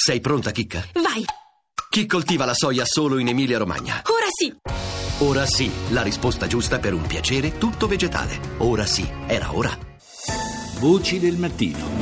Sei pronta, Chicca? Vai! Chi coltiva la soia solo in Emilia-Romagna? Ora sì! Ora sì, la risposta giusta per un piacere tutto vegetale. Ora sì, era ora. Voci del mattino.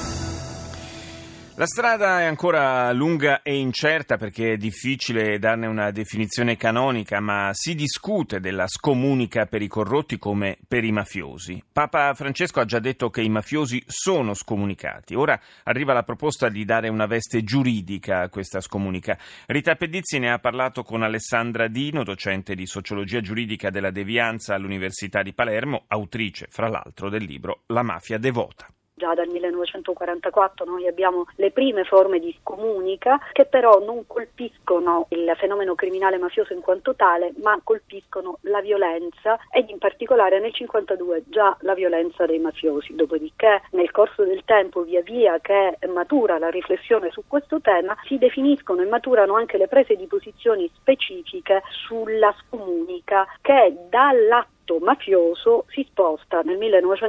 La strada è ancora lunga e incerta perché è difficile darne una definizione canonica, ma si discute della scomunica per i corrotti come per i mafiosi. Papa Francesco ha già detto che i mafiosi sono scomunicati. Ora arriva la proposta di dare una veste giuridica a questa scomunica. Rita Pedizzi ne ha parlato con Alessandra Dino, docente di sociologia giuridica della devianza all'Università di Palermo, autrice, fra l'altro, del libro La mafia devota. Già dal 1944 noi abbiamo le prime forme di scomunica che però non colpiscono il fenomeno criminale mafioso in quanto tale, ma colpiscono la violenza ed in particolare nel 1952 già la violenza dei mafiosi. Dopodiché nel corso del tempo, via via che matura la riflessione su questo tema, si definiscono e maturano anche le prese di posizioni specifiche sulla scomunica che dall'atto mafioso si sposta nel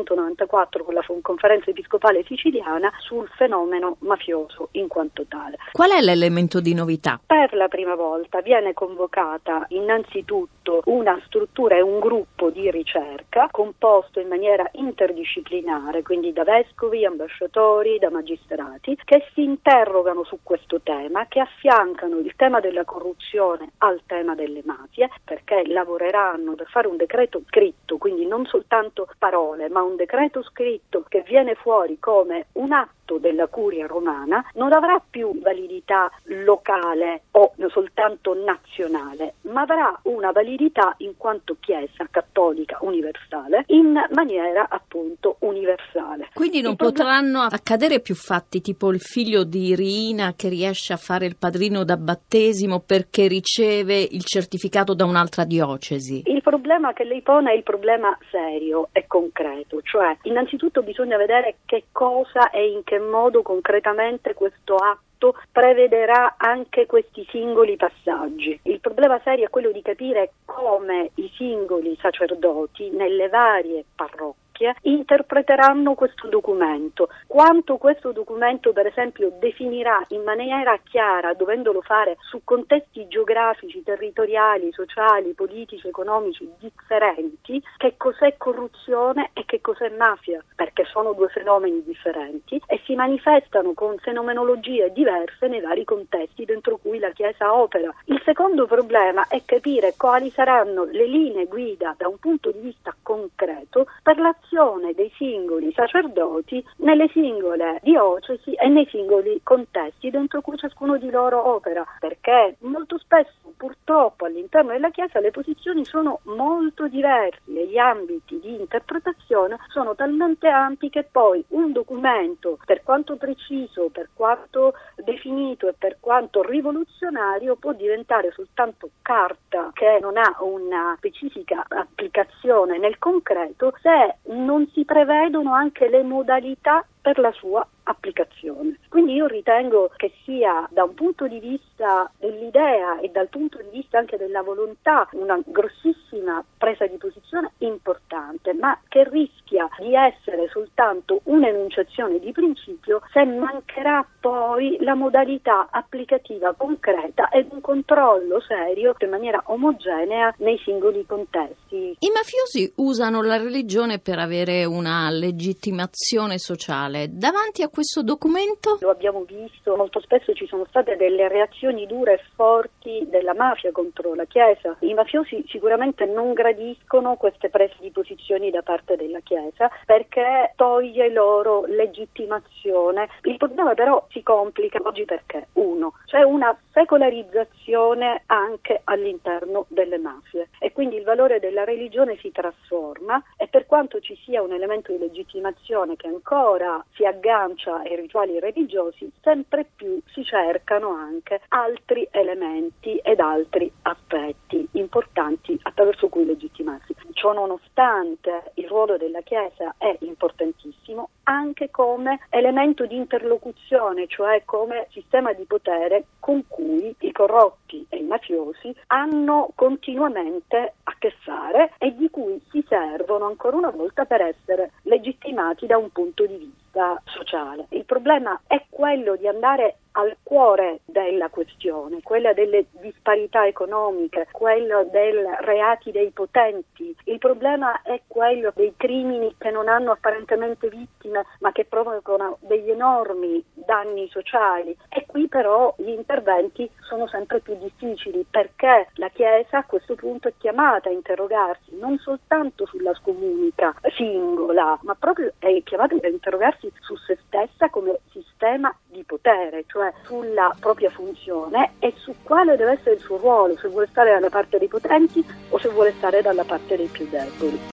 1994 con la conferenza episcopale siciliana sul fenomeno mafioso in quanto tale. Qual è l'elemento di novità? Per la prima volta viene convocata innanzitutto una struttura e un gruppo di ricerca composto in maniera interdisciplinare, quindi da vescovi, ambasciatori, da magistrati, che si interrogano su questo tema, che affiancano il tema della corruzione al tema delle mafie, perché lavoreranno per fare un decreto scritto, quindi non soltanto parole, ma un decreto scritto che viene fuori come un atto della curia romana, non avrà più validità locale o soltanto nazionale, ma avrà una validità in quanto Chiesa cattolica universale, in maniera appunto universale. Quindi non potranno accadere più fatti tipo il figlio di Riina che riesce a fare il padrino da battesimo perché riceve il certificato da un'altra diocesi. Il problema che lei pone è il problema serio e concreto, cioè innanzitutto bisogna vedere che cosa e in che modo concretamente questo atto prevederà anche questi singoli passaggi. Il problema serio è quello di capire come i singoli sacerdoti nelle varie parrocchie interpreteranno questo documento, quanto questo documento per esempio definirà in maniera chiara, dovendolo fare su contesti geografici, territoriali, sociali, politici, economici differenti, che cos'è corruzione e che cos'è mafia, perché sono due fenomeni differenti e si manifestano con fenomenologie diverse nei vari contesti dentro cui la Chiesa opera. Il secondo problema è capire quali saranno le linee guida da un punto di vista concreto per l'azione dei singoli sacerdoti nelle singole diocesi e nei singoli contesti dentro cui ciascuno di loro opera, perché molto spesso purtroppo all'interno della Chiesa le posizioni sono molto diverse e gli ambiti di interpretazione sono talmente ampi che poi un documento, per quanto preciso, per quanto definito e per quanto rivoluzionario, può diventare soltanto carta che non ha una specifica applicazione nel concreto se non si prevedono anche le modalità per la sua applicazione. Quindi io ritengo che sia da un punto di vista dell'idea e dal punto di vista anche della volontà una grossissima presa di posizione importante, ma che rischia di essere soltanto un'enunciazione di principio se mancherà poi la modalità applicativa concreta ed un controllo serio in maniera omogenea nei singoli contesti. I mafiosi usano la religione per avere una legittimazione sociale. Davanti a questo documento? Lo abbiamo visto, molto spesso ci sono state delle reazioni dure e forti della mafia contro la Chiesa. I mafiosi sicuramente non gradiscono queste prese di posizioni da parte della Chiesa perché toglie loro legittimazione. Il problema però si complica oggi perché, uno, c'è una secolarizzazione anche all'interno delle mafie e quindi il valore della religione si trasforma e per quanto ci sia un elemento di legittimazione che ancora si aggancia ai rituali religiosi, sempre più si cercano anche altri elementi ed altri aspetti importanti attraverso cui legittimarsi. Ciò nonostante il ruolo della Chiesa è importantissimo anche come elemento di interlocuzione, cioè come sistema di potere con cui i corrotti e i mafiosi hanno continuamente a che fare e di cui si servono ancora una volta per essere legittimati da un punto di vista sociale. Il problema è quello di andare al cuore della questione, quella delle disparità economiche, quello dei reati dei potenti. Il problema è quello dei crimini che non hanno apparentemente vittime ma che provocano degli enormi danni sociali, e qui però gli interventi sono sempre più difficili, perché la Chiesa a questo punto è chiamata a interrogarsi non soltanto sulla scomunica singola, ma proprio è chiamata a interrogarsi su se stessa come sistema di potere, cioè sulla propria funzione e su quale deve essere il suo ruolo, se vuole stare dalla parte dei potenti o se vuole stare dalla parte dei più deboli.